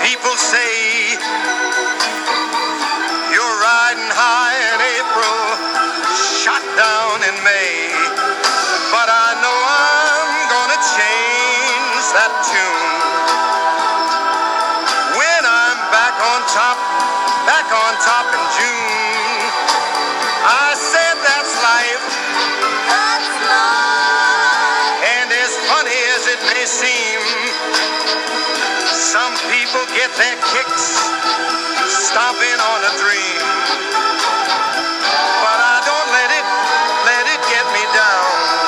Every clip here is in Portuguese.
People say you're riding high in April, shot down in May. But I know I'm gonna change that tune when I'm back on top in June. I said that's life. That's life. And as funny as it may seem, some people get their kicks stomping on a dream. But I don't let it get me down.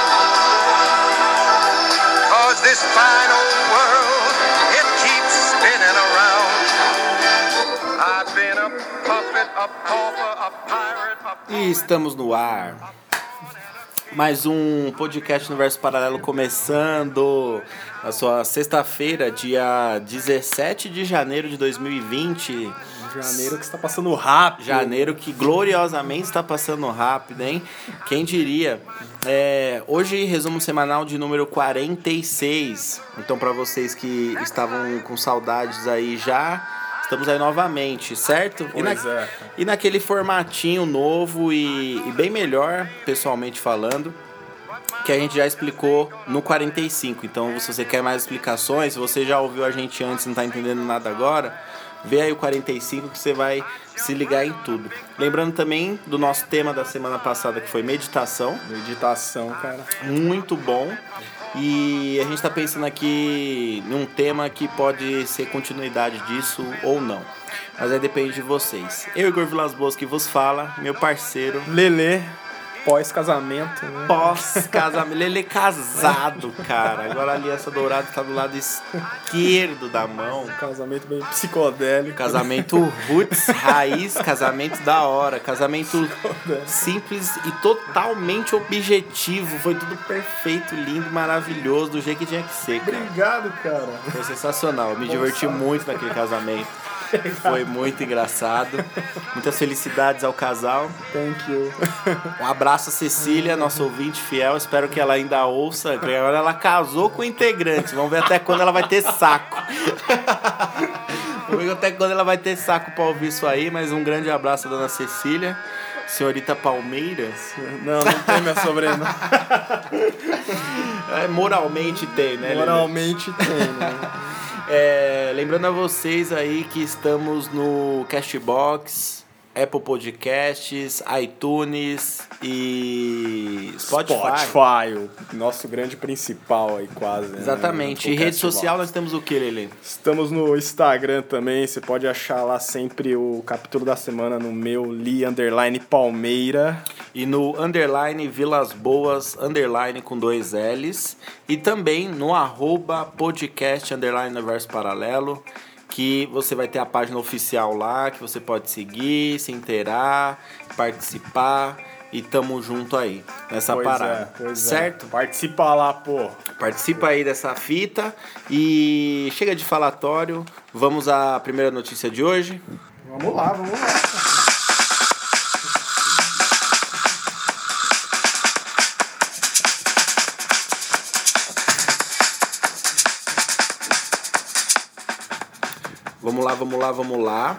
'Cause this fine old world, it keeps spinning around. I've been a puppet, a pauper, a pirate, a... E estamos no ar. Mais um podcast Universo Paralelo começando na sua sexta-feira, dia 17 de janeiro de 2020. Janeiro que está passando rápido. Janeiro que gloriosamente está passando rápido, hein? Quem diria? Hoje, resumo semanal de número 46. Então, para vocês que estavam com saudades aí já... Estamos aí novamente, certo? E naquele formatinho novo e bem melhor, pessoalmente falando, que a gente já explicou no 45. Então, se você quer mais explicações, se você já ouviu a gente antes e não está entendendo nada agora, vê aí o 45 que você vai se ligar em tudo. Lembrando também do nosso tema da semana passada, que foi meditação. Meditação, cara. Muito bom. E a gente está pensando aqui num tema que pode ser continuidade disso ou não. Mas aí depende de vocês. Eu, Igor Vilas Boas, que vos fala, meu parceiro Lelê, pós-casamento, né? Pós-casamento. Lelê casado, cara. Agora a aliança dourada está do lado esquerdo da mão. Casamento bem psicodélico. Casamento roots, raiz, casamento da hora. Casamento simples e totalmente objetivo. Foi tudo perfeito, lindo, maravilhoso, do jeito que tinha que ser, cara. Obrigado, cara. Foi sensacional. Eu me diverti muito naquele casamento. Foi muito engraçado. Muitas felicidades ao casal. Thank you. Um abraço a Cecília, nossa ouvinte fiel. Espero que ela ainda ouça. Porque agora ela casou com integrantes. Vamos ver até quando ela vai ter saco. Vamos ver até quando ela vai ter saco pra ouvir isso aí. Mas um grande abraço a dona Cecília. Senhorita Palmeiras. Não tem minha sobrenome. Moralmente tem, né? Moralmente tem, né? Lembrando a vocês aí que estamos no Castbox, Apple Podcasts, iTunes e Spotify, o nosso grande principal aí quase. Exatamente. Né? E rede social nós temos o que, Lelê? Estamos no Instagram também, você pode achar lá sempre o capítulo da semana no meu _Palmeira. E no _Vilas Boas, _ com 2 L's. E também no @podcast _Universo Paralelo, que você vai ter a página oficial lá, que você pode seguir, se inteirar, participar e tamo junto aí nessa parada, certo? Participa lá, pô. Participa aí dessa fita e chega de falatório, vamos à primeira notícia de hoje? Vamos lá. Vamos lá.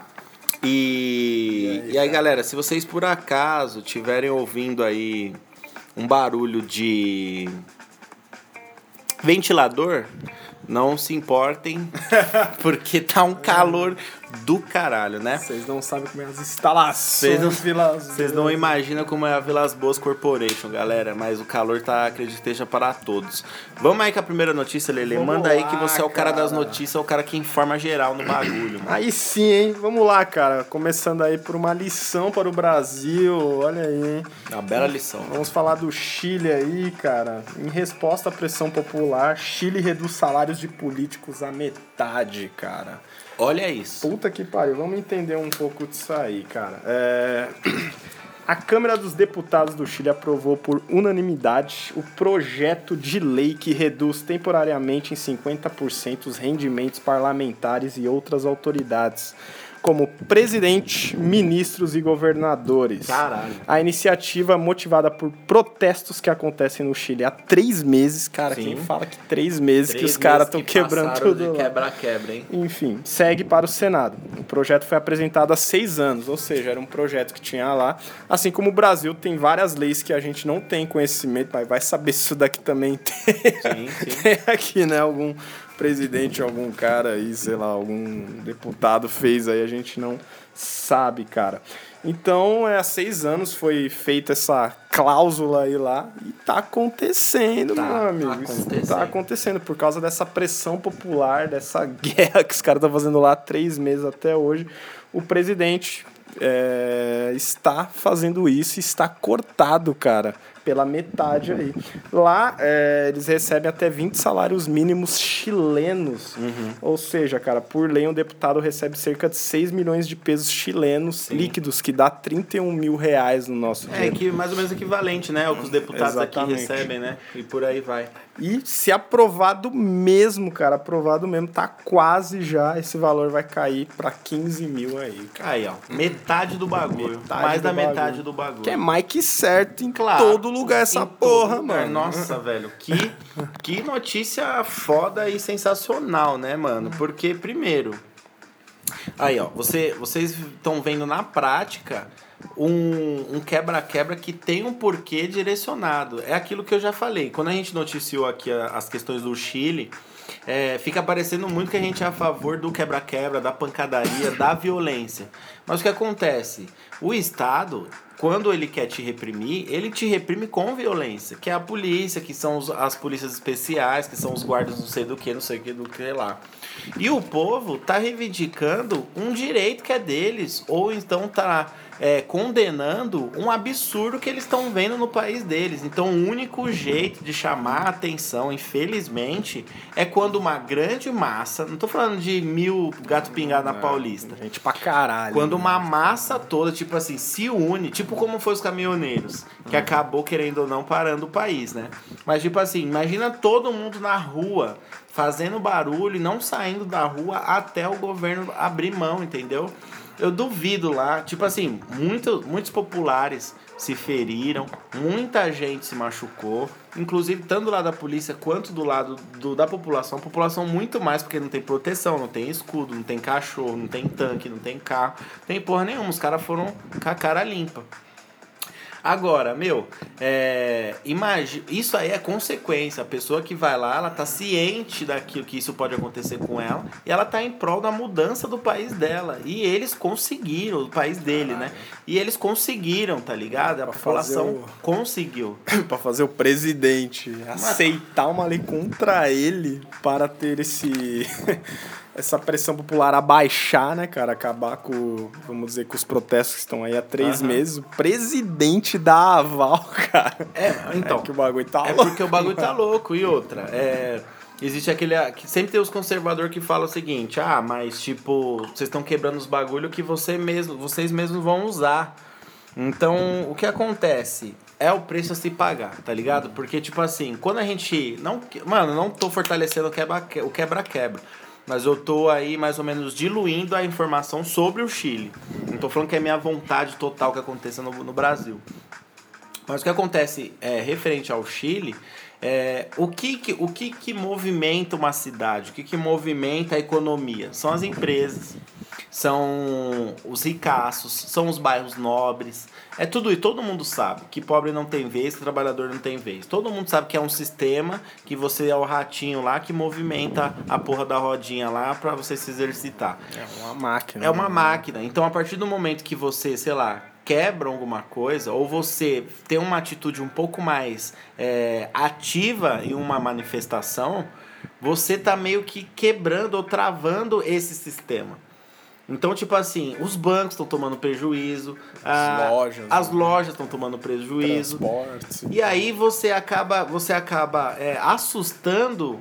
E aí, galera, se vocês por acaso estiverem ouvindo aí um barulho de ventilador, não se importem, porque tá um calor do caralho, né? Vocês não sabem como é as instalações. Vocês não imaginam como é a Vilas Boas Corporation, galera, mas o calor tá, acredito que esteja para todos. Vamos aí com a primeira notícia, Lelê. Manda aí que você é o cara das notícias, é o cara que informa geral no bagulho, mano. Aí sim, hein? Vamos lá, cara. Começando aí por uma lição para o Brasil. Olha aí, hein? Uma bela lição. Vamos falar do Chile aí, cara. Em resposta à pressão popular, Chile reduz salários de políticos à metade, cara. Olha isso. Puta que pariu. Vamos entender um pouco disso aí, cara. A Câmara dos Deputados do Chile aprovou por unanimidade o projeto de lei que reduz temporariamente em 50% os rendimentos parlamentares e outras autoridades, como presidente, ministros e governadores. Caralho. A iniciativa motivada por protestos que acontecem no Chile há 3 meses. Cara, Sim. quem fala que 3 meses que os caras estão quebrando tudo lá. Quebra-quebra, hein? Enfim, segue para o Senado. O projeto foi apresentado há 6 anos, ou seja, era um projeto que tinha lá. Assim como o Brasil tem várias leis que a gente não tem conhecimento, mas vai saber se isso daqui também tem. Sim. Tem aqui, né? Algum presidente, algum cara aí, sei lá, algum deputado fez aí, a gente não sabe, cara. Então, há 6 anos foi feita essa cláusula aí lá e tá acontecendo, meu amigo. Isso tá acontecendo por causa dessa pressão popular, dessa guerra que os caras estão fazendo lá há 3 meses até hoje. O presidente está fazendo isso e está cortado, cara, pela metade aí. Lá, eles recebem até 20 salários mínimos chilenos. Ou seja, cara, por lei, um deputado recebe cerca de 6 milhões de pesos chilenos líquidos, que dá 31 mil reais no nosso dinheiro. Que mais ou menos equivalente, né? Ao que os deputados aqui recebem, né? E por aí vai. E se aprovado mesmo, cara, aprovado mesmo, tá quase já, esse valor vai cair pra 15 mil aí, cara. Aí, ó, metade do bagulho. Mais da metade do bagulho. Que é mais que certo em todo lugar essa porra, mano. Nossa, velho, que notícia foda e sensacional, né, mano? Porque, primeiro, aí, ó, vocês estão vendo na prática um quebra-quebra que tem um porquê direcionado. É aquilo que eu já falei. Quando a gente noticiou aqui as questões do Chile, fica parecendo muito que a gente é a favor do quebra-quebra, da pancadaria, da violência. Mas o que acontece? O Estado, quando ele quer te reprimir, ele te reprime com violência, que é a polícia, que são as polícias especiais, que são os guardas não sei do que lá. E o povo tá reivindicando um direito que é deles, ou então tá condenando um absurdo que eles estão vendo no país deles. Então o único jeito de chamar a atenção, infelizmente, é quando uma grande massa, não tô falando de 1000 gato pingado na Paulista, Gente pra caralho. quando uma massa toda, tipo assim, se une, tipo como foi os caminhoneiros, que acabou, querendo ou não, parando o país, né? Mas tipo assim, imagina todo mundo na rua fazendo barulho e não saindo da rua até o governo abrir mão, entendeu? Eu duvido lá, tipo assim, muitos populares se feriram, muita gente se machucou, inclusive tanto do lado da polícia quanto do lado da população. A população muito mais, porque não tem proteção, não tem escudo, não tem cachorro, não tem tanque, não tem carro, não tem porra nenhuma, os caras foram com a cara limpa. Agora, imagina, isso aí é consequência. A pessoa que vai lá, ela tá ciente daquilo que isso pode acontecer com ela e ela tá em prol da mudança do país dela. E eles conseguiram, o país dele, né? E eles conseguiram, tá ligado? A população conseguiu. Pra fazer o presidente aceitar uma lei contra ele para ter essa pressão popular abaixar, né, cara? Acabar com, vamos dizer, com os protestos que estão aí há 3 meses. O presidente dá aval, cara. Então. Que o bagulho tá louco. É porque o bagulho tá louco. E outra, existe aquele... que sempre tem os conservadores que falam o seguinte: mas tipo, vocês estão quebrando os bagulho que vocês mesmos vão usar. Então, o que acontece? É o preço a se pagar, tá ligado? Porque, tipo assim, quando a gente... não tô fortalecendo o quebra-quebra. Mas eu tô aí mais ou menos diluindo a informação sobre o Chile. Não tô falando que é minha vontade total que aconteça no Brasil. Mas o que acontece referente ao Chile, o que movimenta uma cidade? O que movimenta a economia? São as empresas, são os ricaços, são os bairros nobres. É tudo e todo mundo sabe que pobre não tem vez, que trabalhador não tem vez. Todo mundo sabe que é um sistema, que você é o ratinho lá que movimenta a porra da rodinha lá pra você se exercitar. É uma máquina. É uma máquina. Então, a partir do momento que você, sei lá, quebra alguma coisa, ou você tem uma atitude um pouco mais ativa em uma manifestação, você tá meio que quebrando ou travando esse sistema. Então, tipo assim, os bancos estão tomando prejuízo, as lojas estão tomando prejuízo. Transportes. E aí você acaba assustando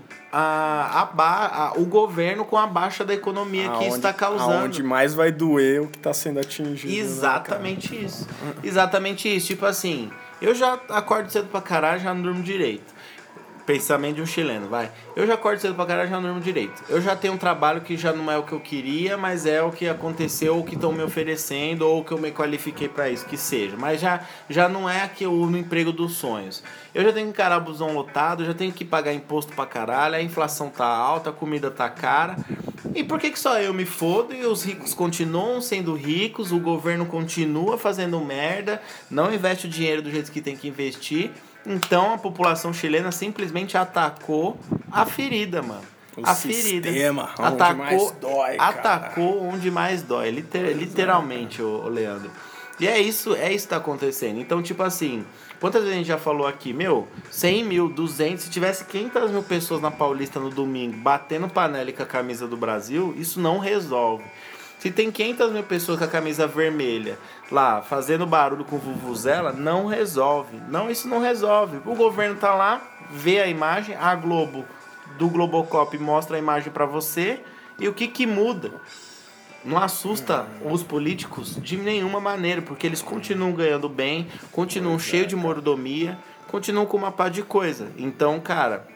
o governo com a baixa da economia que isso está causando. Onde mais vai doer o que está sendo atingido. Exatamente, né, isso. Exatamente isso. Tipo assim, eu já acordo cedo pra caralho, já não durmo direito. Pensamento de um chileno, vai. Eu já acordo cedo pra caralho, já não durmo direito. Eu já tenho um trabalho que já não é o que eu queria, mas é o que aconteceu, o que estão me oferecendo, ou que eu me qualifiquei pra isso, que seja. Mas já não é aqui no emprego dos sonhos. Eu já tenho que encarar busão lotado, já tenho que pagar imposto pra caralho, a inflação tá alta, a comida tá cara. E por que só eu me fodo e os ricos continuam sendo ricos, o governo continua fazendo merda, não investe o dinheiro do jeito que tem que investir? Então a população chilena simplesmente atacou a ferida, mano. A ferida. Onde mais dói, cara. Atacou onde mais dói, literalmente, o Leandro. E é isso que tá acontecendo. Então, tipo assim, quantas vezes a gente já falou aqui, 100 mil, 200, se tivesse 500 mil pessoas na Paulista no domingo batendo panela e com a camisa do Brasil, isso não resolve. Se tem 500 mil pessoas com a camisa vermelha lá, fazendo barulho com vuvuzela, não resolve. Não, isso não resolve. O governo tá lá, vê a imagem, a Globo do Globocop mostra a imagem pra você, e o que muda? Não assusta os políticos de nenhuma maneira, porque eles continuam ganhando bem, continuam cheios de mordomia, continuam com uma pá de coisa. Então, cara,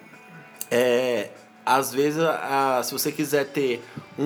às vezes, se você quiser ter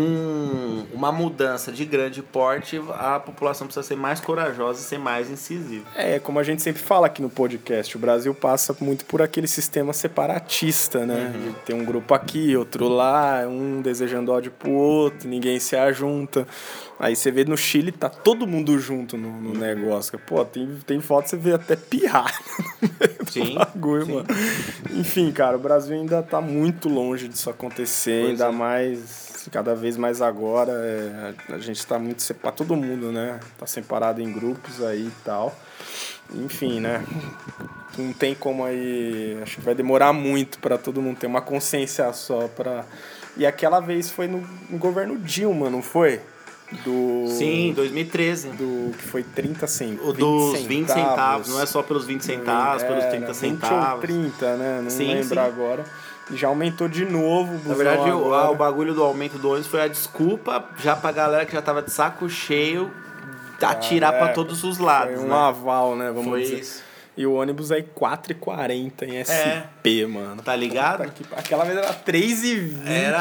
uma mudança de grande porte, a população precisa ser mais corajosa e ser mais incisiva. Como a gente sempre fala aqui no podcast, o Brasil passa muito por aquele sistema separatista, né? De ter um grupo aqui, outro lá, um desejando ódio pro outro, ninguém se ajunta. Aí você vê no Chile, tá todo mundo junto no negócio. Pô, tem foto, você vê até pirrar Sim, bagulho, mano. Enfim, cara, o Brasil ainda tá muito longe disso acontecer, ainda mais, cada vez mais agora. A gente tá muito separado, todo mundo, né? Tá separado em grupos aí e tal. Enfim, né? Não tem como aí. Acho que vai demorar muito pra todo mundo ter uma consciência só pra. E aquela vez foi no governo Dilma, não foi? Sim, 2013. Que foi 30 centavos. O dos 20 centavos, não é só pelos 20 centavos, pelos 30 centavos. 20 ou 30, né? Não sim, lembro agora. Já aumentou de novo. Na verdade, o bagulho do aumento do ônibus foi a desculpa já pra galera que já tava de saco cheio atirar pra todos os lados. Foi um né? aval, né? Vamos foi dizer. Isso. E o ônibus aí 4,40 em SP, mano. Tá ligado? Aquela vez era 3,20.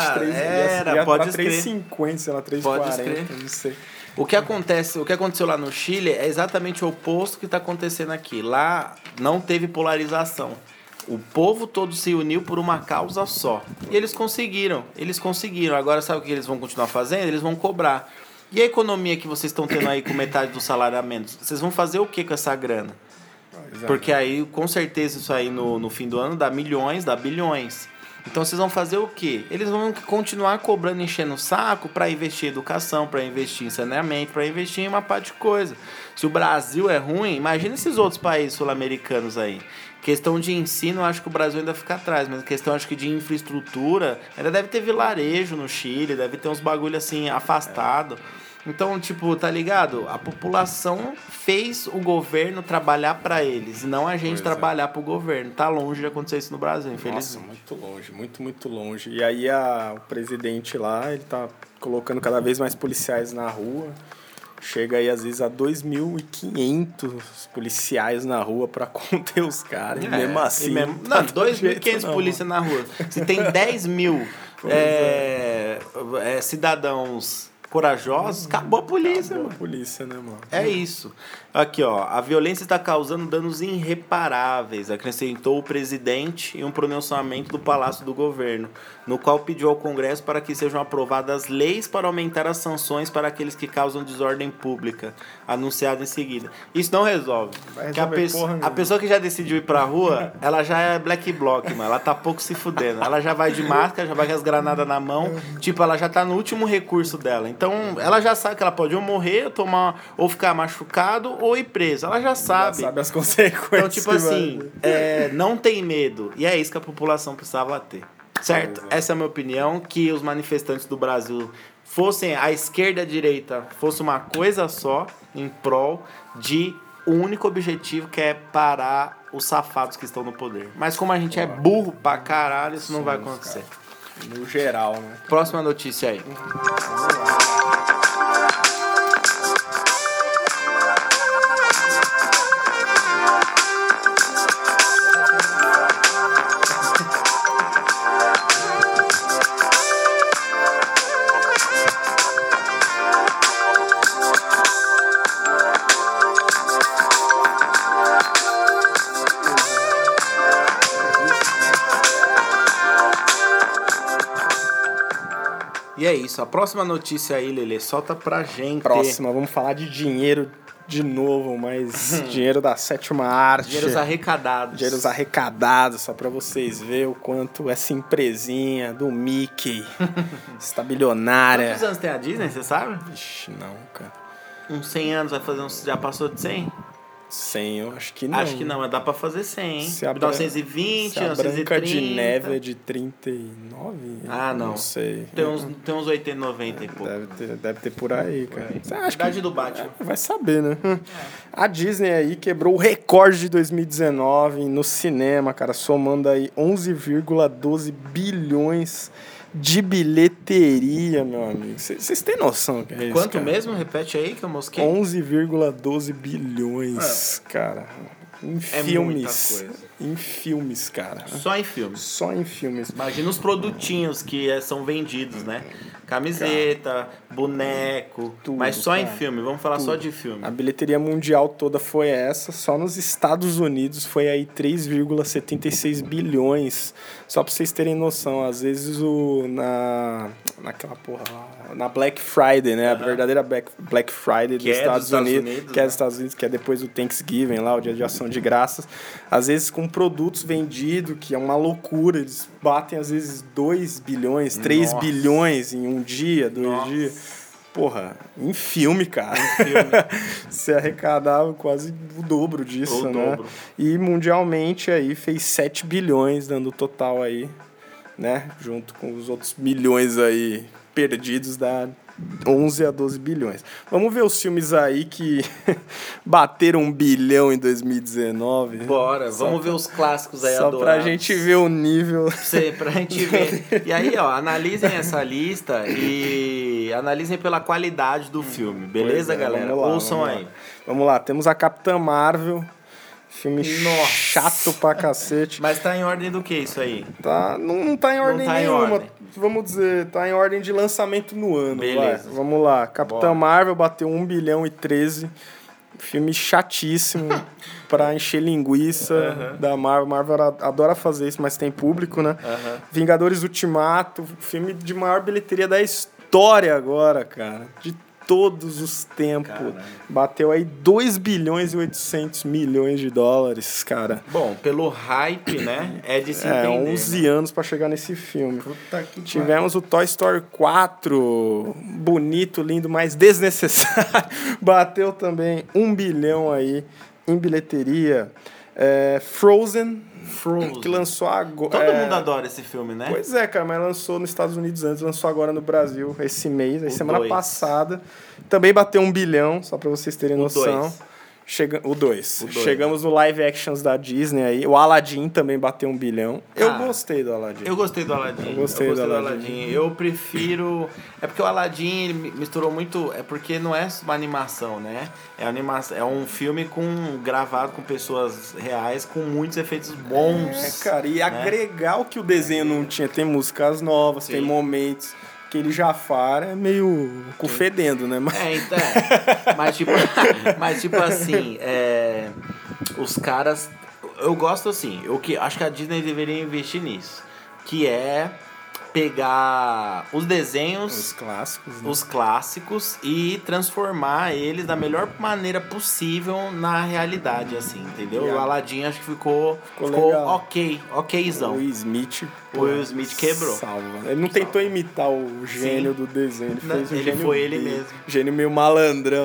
Era, pode ser 3,50, sei lá, 3,40, não sei. O que aconteceu lá no Chile é exatamente o oposto que tá acontecendo aqui. Lá não teve polarização. O povo todo se uniu por uma causa só. E eles conseguiram. Agora sabe o que eles vão continuar fazendo? Eles vão cobrar. E a economia que vocês estão tendo aí com metade do salário a menos? Vocês vão fazer o que com essa grana? Porque aí, com certeza, isso aí no fim do ano dá milhões, dá bilhões. Então, vocês vão fazer o quê? Eles vão continuar cobrando, enchendo o saco para investir em educação, para investir em saneamento, para investir em uma parte de coisa. Se o Brasil é ruim, imagina esses outros países sul-americanos aí. Questão de ensino, eu acho que o Brasil ainda fica atrás, mas questão, acho que de infraestrutura, ainda deve ter vilarejo no Chile, deve ter uns bagulho assim, afastado. Então, tipo, tá ligado? A população fez o governo trabalhar pra eles, e não a gente trabalhar pro governo. Tá longe de acontecer isso no Brasil, infelizmente. Nossa, muito longe, muito longe. E aí o presidente lá, ele tá colocando cada vez mais policiais na rua. Chega aí, às vezes, a 2.500 policiais na rua pra conter os caras. E mesmo assim... Não, 2.500 polícia na rua. Se tem 10 mil cidadãos corajosos, acabou a polícia, mano. Polícia, né, mano? É isso. Aqui, ó. A violência está causando danos irreparáveis, acrescentou o presidente em um pronunciamento do Palácio do Governo, no qual pediu ao Congresso para que sejam aprovadas leis para aumentar as sanções para aqueles que causam desordem pública, anunciado em seguida. Isso não resolve. A pessoa que já decidiu ir pra rua, ela já é black bloc, mano. Ela tá pouco se fudendo. Ela já vai de máscara, já vai com as granadas na mão. Tipo, ela já tá no último recurso dela. Então, ela já sabe que ela pode ou morrer, ou ficar machucado, ou ir preso. Ela já sabe. Já sabe as consequências. Então, tipo assim, não tem medo. E é isso que a população precisava ter. Certo? Essa é a minha opinião, que os manifestantes do Brasil fossem a esquerda e a direita, fosse uma coisa só, em prol de o único objetivo, que é parar os safados que estão no poder. Mas como a gente é burro pra caralho, isso não vai acontecer. No geral, né? Próxima notícia aí. E é isso. A próxima notícia aí, Lelê, solta pra gente. Próxima, vamos falar de dinheiro de novo, mas dinheiro da sétima arte. Dinheiros arrecadados. Dinheiros arrecadados, só pra vocês verem o quanto essa empresinha do Mickey está bilionária. Quantos anos tem a Disney, você sabe? Ixi, não, cara. Uns 100 anos, vai fazer uns... Já passou de 100? 100, eu acho que não. Acho que não, mas dá pra fazer 100, hein? Se a 1920, se a 1930... Branca de Neve é de 39? Ah, não. Não sei. Tem uns 80, 90 e pouco. Deve ter por aí, cara. Você acha Idade do Batman. Vai saber, né? A Disney aí quebrou o recorde de 2019 no cinema, cara, somando aí 11,12 bilhões de bilheteria, meu amigo. Vocês têm noção que é isso? Quanto cara? mesmo? Repete aí que eu mosquei. 11,12 bilhões, cara. Em filmes. muita coisa. Em filmes, cara. Só em filmes. Só em filmes. Imagina os produtinhos que são vendidos, né? Camiseta, boneco, tudo, mas só em cara. filme. Vamos falar só de filme. A bilheteria mundial toda foi essa. Só nos Estados Unidos foi aí 3,76 bilhões. Só pra vocês terem noção, às vezes naquela porra lá, na Black Friday, né? A verdadeira Black Friday dos Estados Unidos, que é dos Estados Unidos, que é depois do Thanksgiving lá, o Dia de Ação de Graças. Às vezes com produtos vendidos, que é uma loucura, eles batem às vezes 2 bilhões, 3 bilhões em um dia, 2 dias. Porra, em filme, cara. Você arrecadava quase o dobro disso, né? Dobro. E mundialmente aí fez 7 bilhões, dando o total aí, né? Junto com os outros milhões aí perdidos, dá 11 a 12 bilhões. Vamos ver os filmes aí que bateram 1 bilhão em 2019. Bora, vamos ver os clássicos aí só adorados. pra gente ver o nível. Pra gente ver. E aí, ó, analisem essa lista e analisem pela qualidade do filme, beleza, galera? Vamos lá, Ouçam vamos aí. lá. Vamos lá, temos a Capitã Marvel. Filme chato pra cacete. Mas tá em ordem do que isso aí? Tá, não tá em ordem tá em nenhuma. ordem. Vamos dizer, tá em ordem de lançamento no ano. Beleza. Vai. Vamos lá. Capitã Marvel bateu 1 bilhão e 13. Filme chatíssimo pra encher linguiça da Marvel. Marvel adora fazer isso, mas tem público, né? Vingadores Ultimato, filme de maior bilheteria da história agora, cara. De todos os tempos. Caramba. Bateu aí 2 bilhões e 800 milhões de dólares, cara. Bom, pelo hype, né? É de se entender. 11 anos pra chegar nesse filme. Puta que Tivemos o Toy Story 4, bonito, lindo, mas desnecessário. Bateu também 1 bilhão aí em bilheteria. Frozen, que lançou agora. Todo mundo adora esse filme, né? Pois é, cara, mas lançou nos Estados Unidos antes, lançou agora no Brasil esse mês, aí semana passada. Também bateu 1 bilhão, só pra vocês terem noção. O 2. Chegamos no live actions da Disney aí. O Aladdin também bateu 1 bilhão. Eu gostei do Aladdin. Eu gostei do Aladdin. Eu gostei do Aladdin. Eu prefiro... É porque o Aladdin ele misturou muito... É porque não é uma animação, né? É um filme gravado com pessoas reais, com muitos efeitos bons. Cara, e agregar o que o desenho não tinha. Tem músicas novas, tem momentos... Aquele Jafar é meio fedendo, né? Então, mas tipo assim, os caras... Eu gosto assim, acho que a Disney deveria investir nisso, que é pegar os desenhos, os clássicos e transformar eles da melhor maneira possível na realidade, assim, entendeu? O Aladdin acho que ficou okzão. O Will Smith quebrou. Salva. Ele não tentou imitar o gênio do desenho, ele foi ele mesmo. Gênio meio malandrão.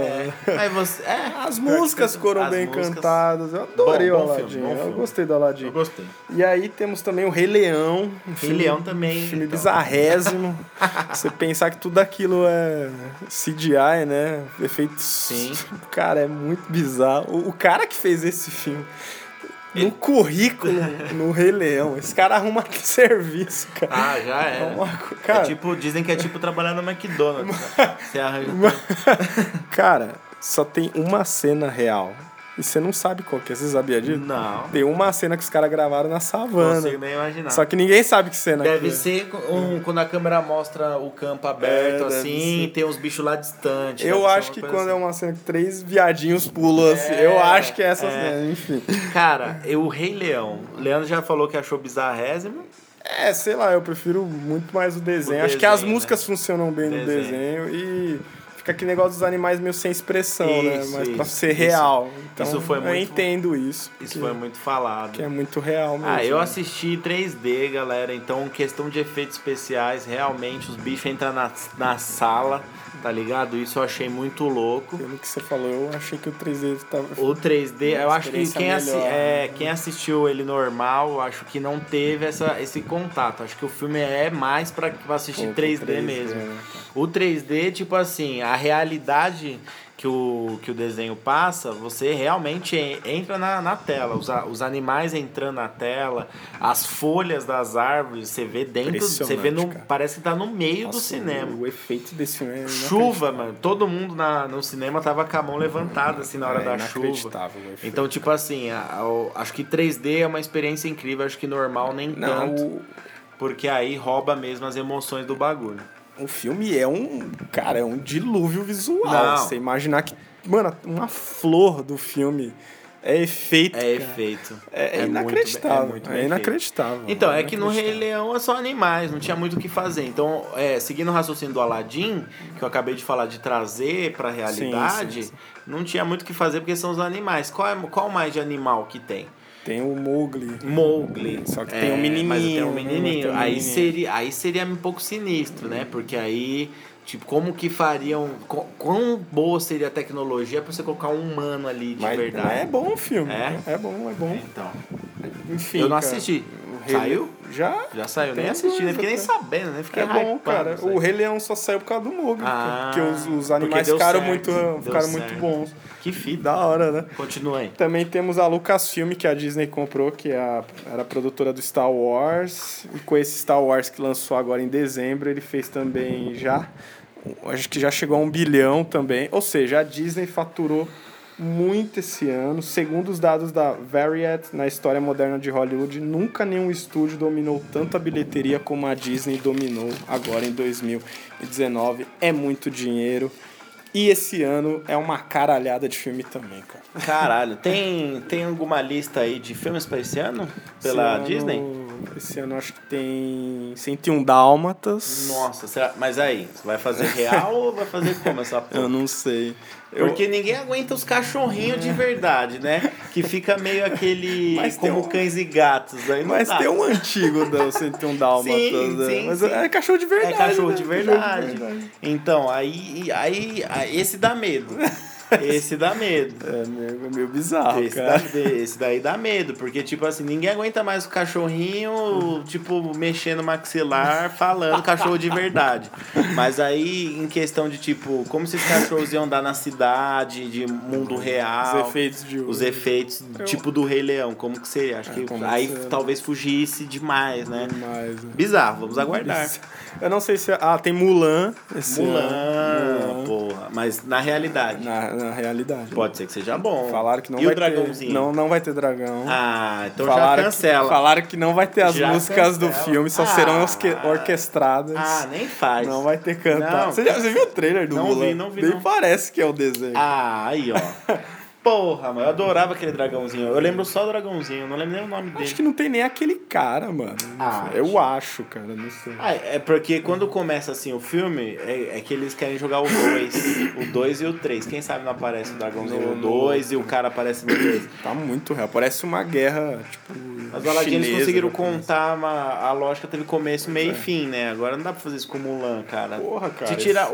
As músicas foram bem cantadas. Eu adorei o Aladdin. Eu gostei do Aladdin. Eu gostei. E aí temos também o Rei Leão. Leão também. Filme bizarrésimo. Você pensar que tudo aquilo é CGI, né? Efeitos. Sim. Cara, é muito bizarro. O cara que fez esse filme. No currículo, no Rei Leão. Esse cara arruma serviço, cara. Já é. Cara, dizem que é tipo trabalhar no McDonald's. Você arranja. Cara, só tem uma cena real. E você não sabe qual que é. Você sabia disso? Não. Tem uma cena que os caras gravaram na savana. Não consigo nem imaginar. Só que ninguém sabe que cena Deve ser quando a câmera mostra o campo aberto, assim, tem uns bichos lá distantes. Eu acho que quando é uma cena que 3 viadinhos pulam, assim. Eu acho que é essa cena, enfim. Cara, o Rei Leão. O Leandro já falou que achou bizarrésimo. Sei lá, eu prefiro muito mais o desenho. Acho que as músicas funcionam bem no desenho e fica aquele negócio dos animais meio sem expressão, né? Mas pra ser real. Então, isso foi muito, eu entendo isso. Isso foi muito falado. Que é muito real mesmo. Eu assisti 3D, galera. Então, questão de efeitos especiais, realmente, os bichos entram na sala, tá ligado? Isso eu achei muito louco. Pelo que você falou, eu achei que o 3D tava... O 3D, eu acho que quem assistiu ele normal, eu acho que não teve esse contato. Acho que o filme é mais pra assistir 3D mesmo. O 3D, tipo assim, a realidade que o desenho passa, você realmente entra na tela. Os animais entrando na tela, as folhas das árvores, você vê dentro, você vê parece que tá no meio do cinema. O efeito desse filme é chuva, mano. Todo mundo no cinema tava com a mão levantada assim na hora da chuva. Então, tipo assim, acho que 3D é uma experiência incrível, acho que normal nem tanto. Porque aí rouba mesmo as emoções do bagulho. O filme é um dilúvio visual. Você imaginar que, mano, uma flor do filme é efeito. É efeito. É inacreditável. É inacreditável. Então, é que no Rei Leão é só animais, não tinha muito o que fazer. Então, seguindo o raciocínio do Aladdin, que eu acabei de falar de trazer pra realidade, sim. Não tinha muito o que fazer porque são os animais. Qual mais de animal que tem? Tem o Mowgli. Só que tem um menininho. Mas tem um menininho. Aí seria um pouco sinistro, né? Porque aí, tipo, como que fariam... Quão boa seria a tecnologia pra você colocar um humano ali de verdade? Mas é bom o filme. É bom. Então. Enfim, eu não assisti. Saiu? Já saiu. Nem assisti, nem fiquei nem sabendo, né? Fiquei bom, cara. O Rei Leão só saiu por causa do Mowgli. Porque os animais ficaram muito bons. Que fita. Da hora, né? Continua aí. Também temos a Lucasfilm, que a Disney comprou, que era produtora do Star Wars. E com esse Star Wars que lançou agora em dezembro, ele fez também acho que já chegou a 1 bilhão também. Ou seja, a Disney faturou muito esse ano. Segundo os dados da Variety, na história moderna de Hollywood, nunca nenhum estúdio dominou tanto a bilheteria como a Disney dominou agora em 2019. É muito dinheiro. E esse ano é uma caralhada de filme também, cara. Caralho, tem alguma lista aí de filmes pra esse ano? Pela Disney? Esse ano acho que tem 101 Dálmatas. Nossa, será? Mas aí, você vai fazer real ou vai fazer como essa porra? Eu não sei. Porque ninguém aguenta os cachorrinhos de verdade, né? Que fica meio aquele como cães e gatos. Aí mas tem um antigo do 101 Dálmatas. Sim, mas é cachorro de verdade. É cachorro de verdade. Então, aí esse dá medo. Esse dá medo. É meio bizarro, cara. Esse daí dá medo, porque, tipo assim, ninguém aguenta mais o cachorrinho, tipo, mexendo no maxilar, falando cachorro de verdade. Mas aí, em questão de, tipo, como esses cachorros iam andar na cidade, de mundo real. Os efeitos, tipo, do Rei Leão, como que seria? Acho que aí talvez fugisse demais, né? Bizarro, vamos aguardar. Eu não sei se... tem Mulan esse ano. Porra. Mas na realidade. Na realidade. Pode ser que seja bom. Falaram que não vai ter... E o dragãozinho? Não vai ter dragão. Então já cancela. Falaram que não vai ter as músicas do filme, só serão orquestradas. Nem faz. Não vai ter cantar. Você viu o trailer do Mulan? Não vi. Nem parece que é o desenho. Aí, ó. Porra, mano, eu adorava aquele dragãozinho. Eu lembro só do dragãozinho, não lembro nem o nome dele. Acho que não tem nem aquele cara, mano. Eu acho, cara, não sei. É porque quando começa assim o filme, é que eles querem jogar o 2. O 2 e o 3. Quem sabe não aparece o dragãozinho no 2 e o cara aparece no 3. Tá muito real. Parece uma guerra, tipo. Mas o Aladdin eles conseguiram contar, a lógica teve começo, meio e fim, né? Agora não dá pra fazer isso com o Mulan, cara. Porra, cara. Se tirar.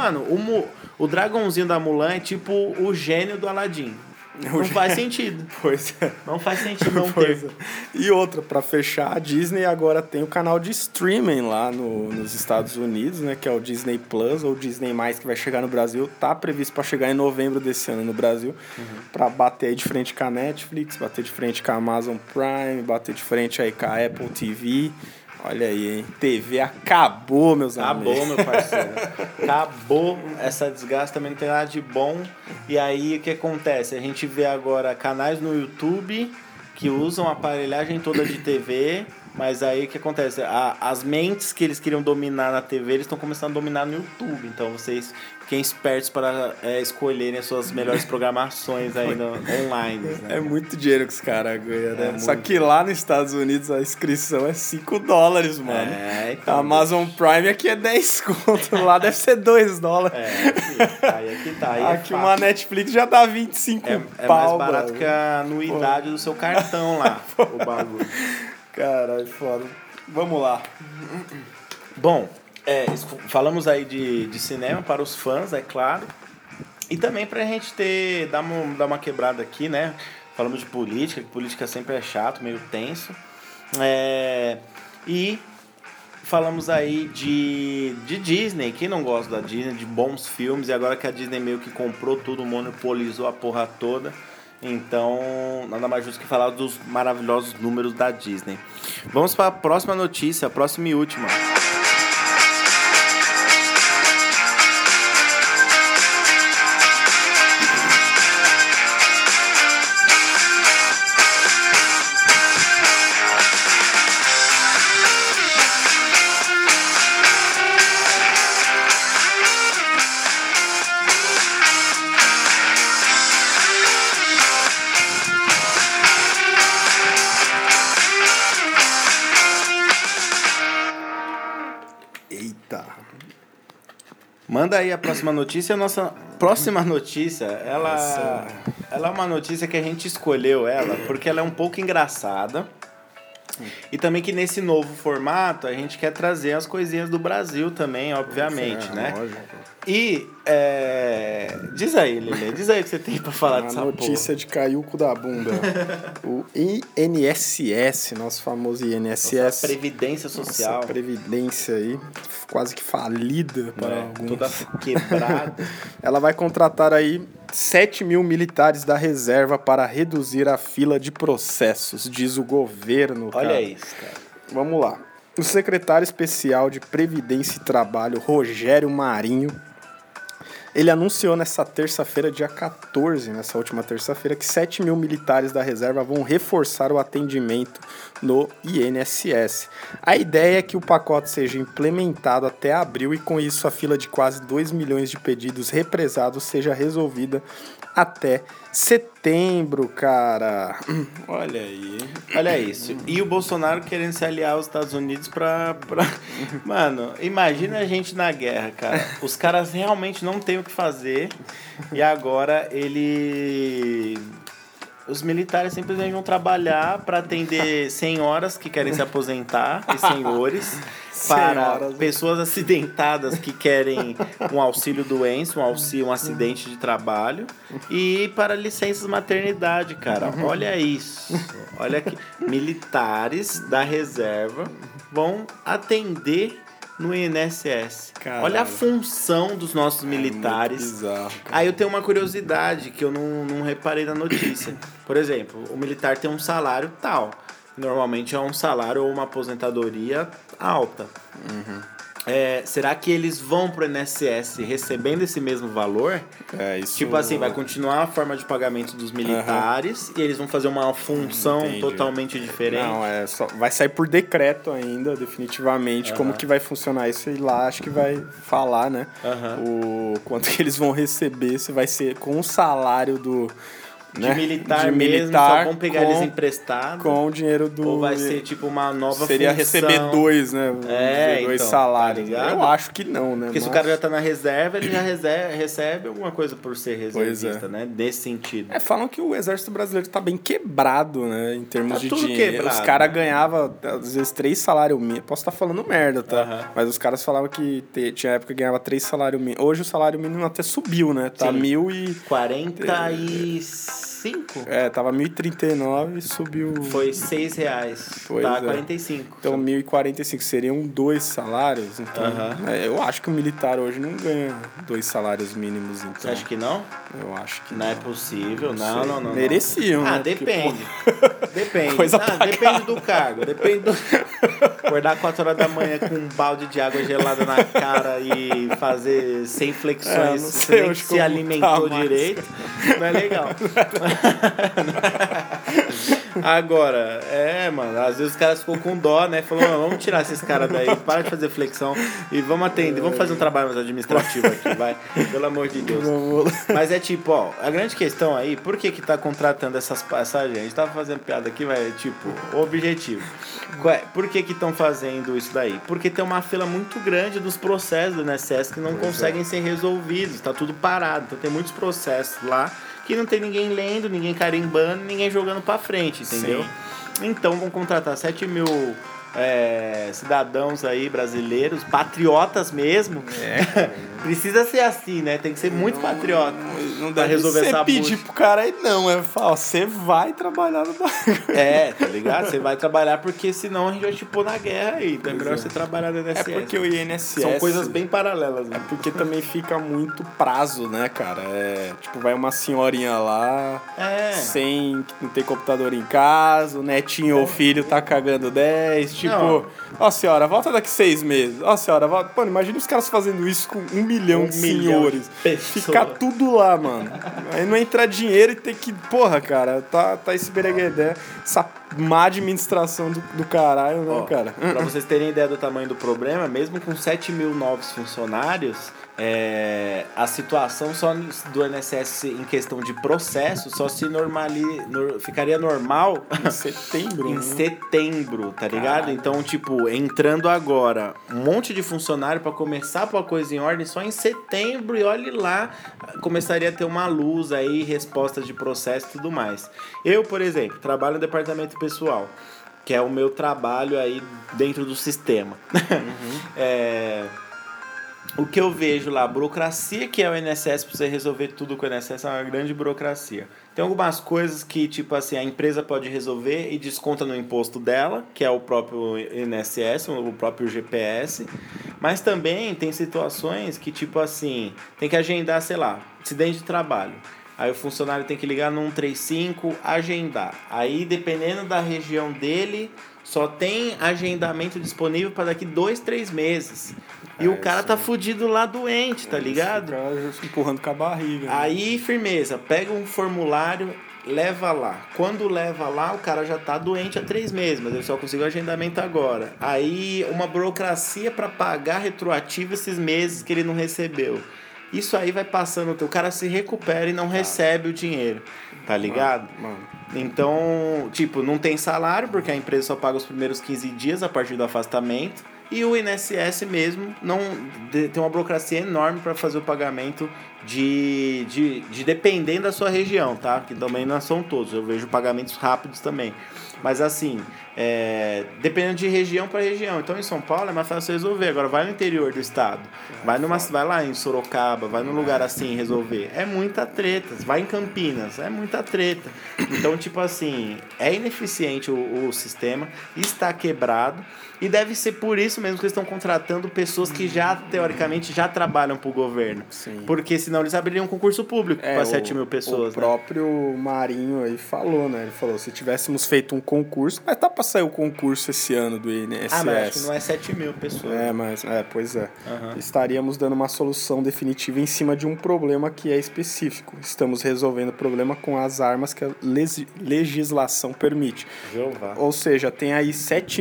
O dragãozinho da Mulan é tipo o gênio do Aladdin. Não faz sentido. Pois é. Não faz sentido não ter. E outra, pra fechar, a Disney agora tem o canal de streaming lá nos Estados Unidos, né? Que é o Disney Plus ou Disney+, que vai chegar no Brasil. Tá previsto pra chegar em novembro desse ano no Brasil. Pra bater aí de frente com a Netflix, bater de frente com a Amazon Prime, bater de frente aí com a Apple TV. Olha aí, hein? TV acabou, meus amigos. Acabou, meu parceiro. Acabou. Essa desgraça também não tem nada de bom. E aí, o que acontece? A gente vê agora canais no YouTube que usam a aparelhagem toda de TV Mas aí o que acontece? As mentes que eles queriam dominar na TV, eles estão começando a dominar no YouTube. Então vocês fiquem espertos para escolherem as suas melhores programações aí online. Né? É muito dinheiro que os caras ganham, né? Só muito. que lá nos Estados Unidos a inscrição é $5, mano. Então, a Amazon Prime aqui é 10 conto, lá deve ser $2. Aí aqui tá. Aí aqui uma Netflix já dá 25 é pau, mais barato mano. que a anuidade do seu cartão lá, o bagulho. Caralho, foda. Vamos lá. Bom, falamos aí de cinema para os fãs, é claro. E também pra gente dar uma quebrada aqui, né? Falamos de política, que política sempre é chato, meio tenso. E falamos aí de Disney. Quem não gosta da Disney, de bons filmes. E agora que a Disney meio que comprou tudo, monopolizou a porra toda. Então, nada mais justo que falar dos maravilhosos números da Disney. Vamos para a próxima notícia, a próxima e última. Manda aí a próxima notícia. A nossa próxima notícia, ela é uma notícia que a gente escolheu ela porque ela é um pouco engraçada. E também que nesse novo formato a gente quer trazer as coisinhas do Brasil também, obviamente, né? Lógico. E diz aí, Lelê, diz aí o que você tem pra falar dessa notícia de cair o cu da bunda. O INSS, nosso famoso INSS. Nossa Previdência Social. Nossa Previdência aí, quase que falida para alguns. Toda quebrada. Ela vai contratar aí 7 mil militares da reserva para reduzir a fila de processos, diz o governo. Olha isso, cara. Vamos lá. O secretário especial de Previdência e Trabalho, Rogério Marinho, ele anunciou nessa terça-feira, dia 14, nessa última terça-feira, que 7 mil militares da reserva vão reforçar o atendimento no INSS. A ideia é que o pacote seja implementado até abril e, com isso, a fila de quase 2 milhões de pedidos represados seja resolvida até setembro, cara. Olha aí. Olha isso. E o Bolsonaro querendo se aliar aos Estados Unidos pra... Mano, imagina a gente na guerra, cara. Os caras realmente não têm o que fazer e agora os militares simplesmente vão trabalhar para atender senhoras que querem se aposentar e senhores, para pessoas acidentadas que querem um auxílio doença, um acidente de trabalho e para licenças maternidade, cara. Olha isso. Olha que militares da reserva vão atender no INSS. Caralho. Olha a função dos nossos militares. Muito bizarro, cara. Aí eu tenho uma curiosidade que eu não reparei na notícia. Por exemplo, o militar tem um salário tal. Normalmente é um salário ou uma aposentadoria alta. Será que eles vão pro INSS recebendo esse mesmo valor? Isso... Tipo assim, vai continuar a forma de pagamento dos militares e eles vão fazer uma função totalmente diferente? Não, vai sair por decreto ainda, definitivamente, como que vai funcionar isso, e lá acho que vai falar, né? O quanto que eles vão receber, se vai ser com o salário do... De militar mesmo, só vão pegar eles emprestados. Com o dinheiro do... Ou vai ser tipo uma nova Seria função. receber dois, né? Dois então, salários. Tá eu acho que não, né? Porque se o cara já tá na reserva, ele já recebe alguma coisa por ser reservista, né? Nesse sentido. Falam que o exército brasileiro tá bem quebrado, né? Em termos de tudo dinheiro. Quebrado. Os caras ganhavam, às vezes, 3 salários mínimos. Posso estar falando merda, tá? Mas os caras falavam que tinha época que ganhava 3 salários mínimos. Hoje o salário mínimo até subiu, né? Tá 45? Tava 1.039 e subiu... Foi R$6. Tá 45. Então 1.045 seriam 2 salários. Então, eu acho que o militar hoje não ganha 2 salários mínimos. Então. Você acha que não? Eu acho que não. Não é possível. Não. Mereciam, né? Depende. Depende. Coisa depende do cargo. Depende do... Acordar 4 horas da manhã com um balde de água gelada na cara e fazer 100 flexões sem se alimentou direito. Não é legal. Agora, mano, às vezes os caras ficam com dó, né? Falou, vamos tirar esses caras daí, para de fazer flexão e vamos atender, vamos fazer um trabalho mais administrativo aqui, vai. Pelo amor de Deus. Mas é tipo, a grande questão aí, por que tá contratando essa gente? A gente tava fazendo piada aqui, mas é tipo, o objetivo. Por que estão fazendo isso daí? Porque tem uma fila muito grande dos processos do INSS que não conseguem ser resolvidos, tá tudo parado. Então tem muitos processos lá que não tem ninguém lendo, ninguém carimbando, ninguém jogando pra frente, entendeu? Sim. Então vão contratar 7 mil cidadãos aí brasileiros, patriotas mesmo. Precisa ser assim, né? Tem que ser muito patriota. Não dá resolver essa pedir pro cara aí, não. Você vai trabalhar no bagulho. Tá ligado? Você vai trabalhar porque senão a gente vai te pôr na guerra aí. Então é melhor você trabalhar no INSS. É porque o INSS... São coisas bem paralelas. Né? É porque também fica muito prazo, né, cara? Tipo, vai uma senhorinha lá, sem não ter computador em casa, o netinho ou filho tá cagando 10, tipo, senhora, volta daqui 6 meses. Senhora, volta. Mano, imagina os caras fazendo isso com 1 milhão de senhores. Ficar tudo lá, mano. Aí não entrar dinheiro e ter que... Porra, cara, tá esse bereguedé, essa má administração do caralho, né, cara? Pra vocês terem ideia do tamanho do problema, mesmo com 7 mil novos funcionários, a situação só do INSS em questão de processo só se ficaria normal em setembro, tá ligado? Caralho. Então, tipo, entrando agora um monte de funcionário pra começar a pôr a coisa em ordem só em setembro, e olhe lá, começaria a ter uma luz aí, respostas de processo e tudo mais. Eu, por exemplo, trabalho no departamento pessoal, que é o meu trabalho aí dentro do sistema. O que eu vejo lá, a burocracia que é o INSS, pra você resolver tudo com o INSS, é uma grande burocracia. Tem algumas coisas que, tipo assim, a empresa pode resolver e desconta no imposto dela, que é o próprio INSS, o próprio GPS. Mas também tem situações que, tipo assim, tem que agendar, sei lá, acidente de trabalho. Aí o funcionário tem que ligar no 135, agendar. Aí, dependendo da região dele, só tem agendamento disponível para daqui 2-3 meses. E o cara tá fudido lá doente, tá ligado? O cara já se empurrando com a barriga. Né? Aí, firmeza, pega um formulário, leva lá. Quando leva lá, o cara já tá doente há 3 meses, mas ele só conseguiu agendamento agora. Aí, uma burocracia para pagar retroativo esses meses que ele não recebeu. Isso aí vai passando, o cara se recupera e não recebe o dinheiro, tá ligado? Mano. Então, tipo, não tem salário, porque a empresa só paga os primeiros 15 dias a partir do afastamento. E o INSS mesmo tem uma burocracia enorme para fazer o pagamento de dependendo da sua região, tá? Que também não são todos, eu vejo pagamentos rápidos também. Mas assim, dependendo de região para região. Então em São Paulo é mais fácil resolver. Agora vai no interior do estado, vai lá em Sorocaba, vai num lugar assim resolver. É muita treta. Vai em Campinas, é muita treta. Então, tipo assim, é ineficiente o sistema, está quebrado. E deve ser por isso mesmo que eles estão contratando pessoas que já, teoricamente, já trabalham para o governo. Sim. Porque senão eles abririam um concurso público para 7 mil pessoas. O próprio Marinho aí falou, né? Ele falou, se tivéssemos feito um concurso... Mas tá para sair o concurso esse ano do INSS. Mas acho que não é 7 mil pessoas. Pois é. Uhum. Estaríamos dando uma solução definitiva em cima de um problema que é específico. Estamos resolvendo o problema com as armas que a legislação permite. Jeová. Ou seja, tem aí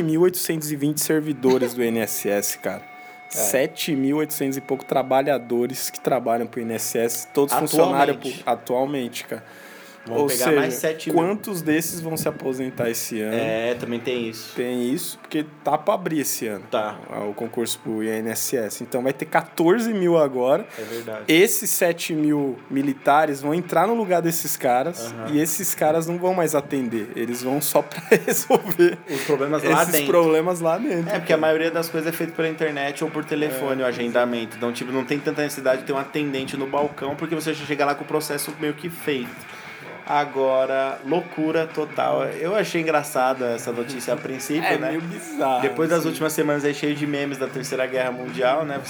7.820 servidores do INSS, cara. 7.800 e pouco trabalhadores que trabalham pro INSS, todos funcionários atualmente, cara. Vão pegar mais 7 mil. Quantos desses vão se aposentar esse ano? Também tem isso. Tem isso, porque tá pra abrir esse ano. Tá. O concurso pro INSS. Então vai ter 14 mil agora. É verdade. Esses 7 mil militares vão entrar no lugar desses caras. Uhum. E esses caras não vão mais atender. Eles vão só pra resolver os problemas lá dentro. Esses problemas lá dentro. Porque a maioria das coisas é feita pela internet ou por telefone, o agendamento. Então, tipo, não tem tanta necessidade de ter um atendente no balcão, porque você já chega lá com o processo meio que feito. Agora, loucura total. Eu achei engraçada essa notícia a princípio, né? É meio bizarro. Depois das últimas semanas aí cheio de memes da Terceira Guerra Mundial, né?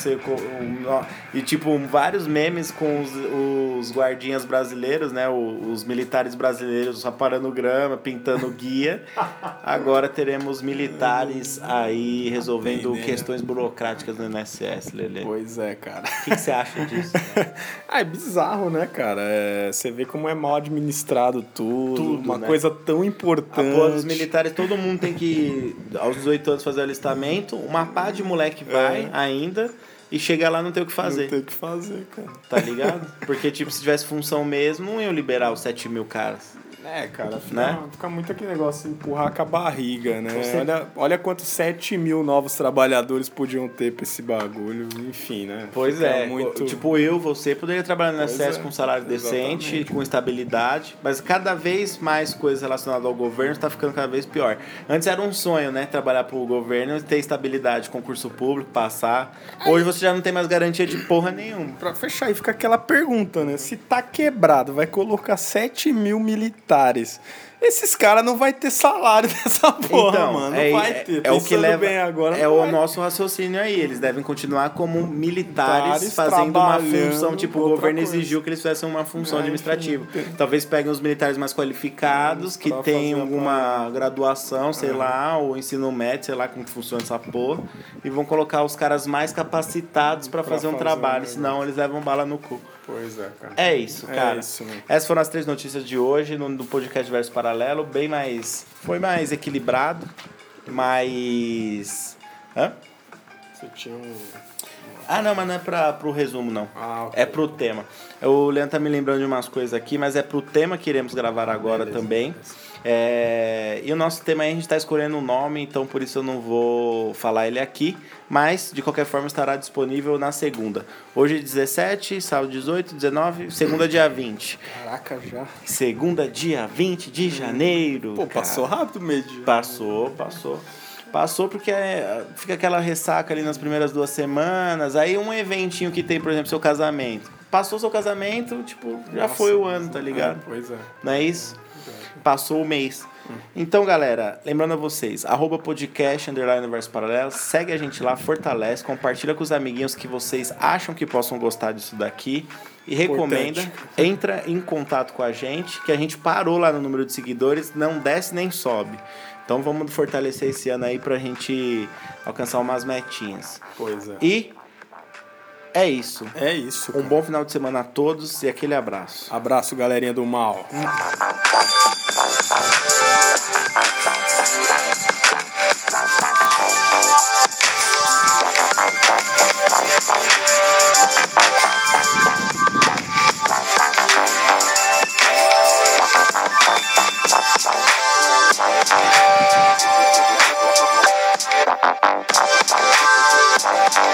E tipo, vários memes com os guardinhas brasileiros, né? Os militares brasileiros aparando grama, pintando guia. Agora teremos militares aí resolvendo questões burocráticas no INSS, Lelê. Pois é, cara. O que você acha disso? É bizarro, né, cara? Você vê como é mal administrado registrado tudo uma né? coisa tão importante. A porra dos militares, todo mundo tem que, aos 18 anos, fazer o alistamento. Uma pá de moleque vai ainda e chega lá não tem o que fazer. Não tem o que fazer, cara. Tá ligado? Porque, tipo, se tivesse função mesmo, não iam liberar os 7 mil caras. Cara, Né? fica muito aquele negócio de empurrar com a barriga, né? Você- Olha quantos 7 mil novos trabalhadores podiam ter pra esse bagulho, enfim, né? Pois Fica é, muito... tipo você poderia trabalhar no INSS com um salário decente, exatamente. com estabilidade, mas cada vez mais coisas relacionadas ao governo está ficando cada vez pior. Antes era um sonho, né, trabalhar pro governo, ter estabilidade, concurso público, passar. Hoje você já não tem mais garantia de porra nenhuma. Pra fechar aí, fica aquela pergunta, né? Se tá quebrado, vai colocar 7 mil militares. Esses caras não vai ter salário dessa porra, mano. Não vai ter. É o que Pensando leva, bem agora, é não o vai. nosso raciocínio aí. Eles devem continuar como militares Militares fazendo uma trabalhando função. Tipo, o outra governo coisa. exigiu que eles fizessem uma função administrativa. enfim. Talvez peguem os militares mais qualificados, que Pra têm fazer alguma graduação, sei lá, ou ensino médio, sei lá como funciona essa porra, e vão colocar os caras mais capacitados pra fazer um fazer trabalho, um senão eles levam bala no cu. Pois é, cara. É isso, cara. É isso, né? Essas foram as 3 notícias de hoje no podcast Verso Paralelo. Foi mais equilibrado, mais. Hã? Você tinha um... Ah, não, mas não é pro resumo, não. Ah, ok. É pro tema. O Leandro tá me lembrando de umas coisas aqui, mas é pro tema que iremos gravar agora também. E o nosso tema aí a gente tá escolhendo um nome, então por isso eu não vou falar ele aqui. Mas, de qualquer forma, estará disponível na segunda. Hoje 17, sábado 18, 19, segunda dia 20. Caraca, já. Segunda dia 20 de janeiro. Pô, cara. passou rápido o mês de... Passou. Passou porque fica aquela ressaca ali nas primeiras 2 semanas. Aí um eventinho que tem, por exemplo, seu casamento. Passou seu casamento, tipo, já foi o ano, tá ligado? Pois é. Não é isso? Passou o mês. Então, galera, lembrando a vocês, @podcast _verso paralelo, segue a gente lá, fortalece, compartilha com os amiguinhos que vocês acham que possam gostar disso daqui e recomenda, entra em contato com a gente, que a gente parou lá no número de seguidores, não desce nem sobe. Então vamos fortalecer esse ano aí pra gente alcançar umas metinhas. Pois é. E é isso. É isso, Um bom final de semana a todos e aquele abraço. Abraço, galerinha do mal.